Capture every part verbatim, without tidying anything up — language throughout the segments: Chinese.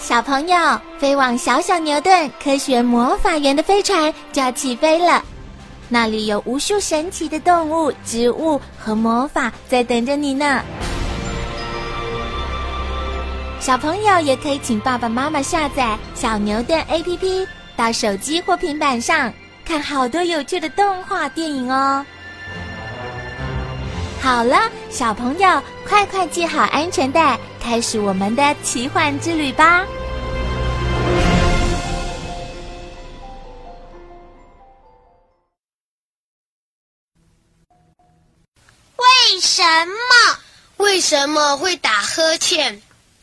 小朋友，飞往小小牛顿科学魔法园的飞船就要起飞了，那里有无数神奇的动物、植物和魔法在等着你呢。小朋友也可以请爸爸妈妈下载小牛顿 A P P， 到手机或平板上看好多有趣的动画电影哦。好了，小朋友，快快系好安全带，开始我们的奇幻之旅吧。 为什么？ 为什么会打呵欠？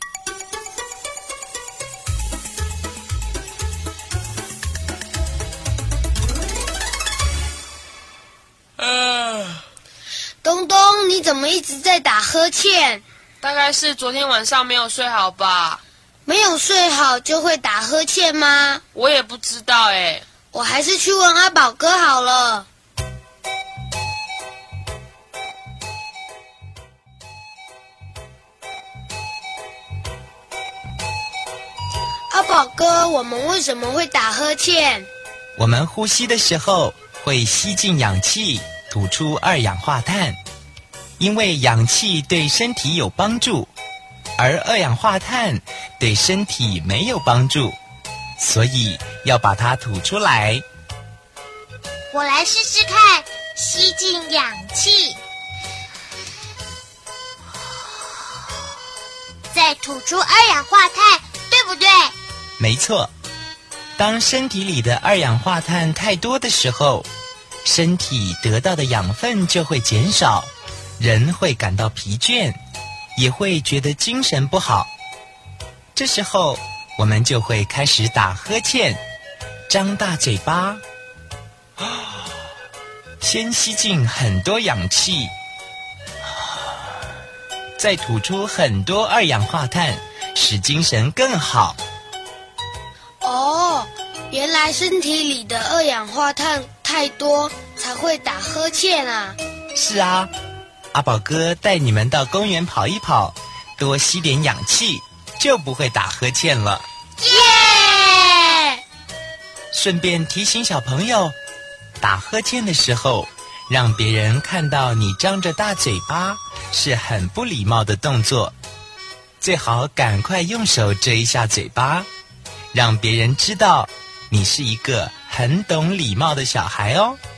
呃， 东东，你怎么一直在打呵欠？ 大概是昨天晚上没有睡好吧。 没有睡好就会打呵欠吗？ 我也不知道哎， 我还是去问阿宝哥好了。阿宝哥，我们为什么会打呵欠？ 我们呼吸的时候会吸进氧气，吐出二氧化碳。因为氧气对身体有帮助，而二氧化碳对身体没有帮助，所以要把它吐出来。 我来试试看，吸进氧气，再吐出二氧化碳，对不对？ 没错，当身体里的二氧化碳太多的时候，身体得到的养分就会减少，人会感到疲倦，也会觉得精神不好。这时候我们就会开始打呵欠，张大嘴巴，先吸进很多氧气，再吐出很多二氧化碳，使精神更好。 哦，原来身体里的二氧化碳太多才会打呵欠啊。 是啊，阿宝哥带你们到公园跑一跑，多吸点氧气，就不会打呵欠了。 耶！ 顺便提醒小朋友，打呵欠的时候，让别人看到你张着大嘴巴，是很不礼貌的动作。最好赶快用手遮一下嘴巴，让别人知道你是一个很懂礼貌的小孩哦。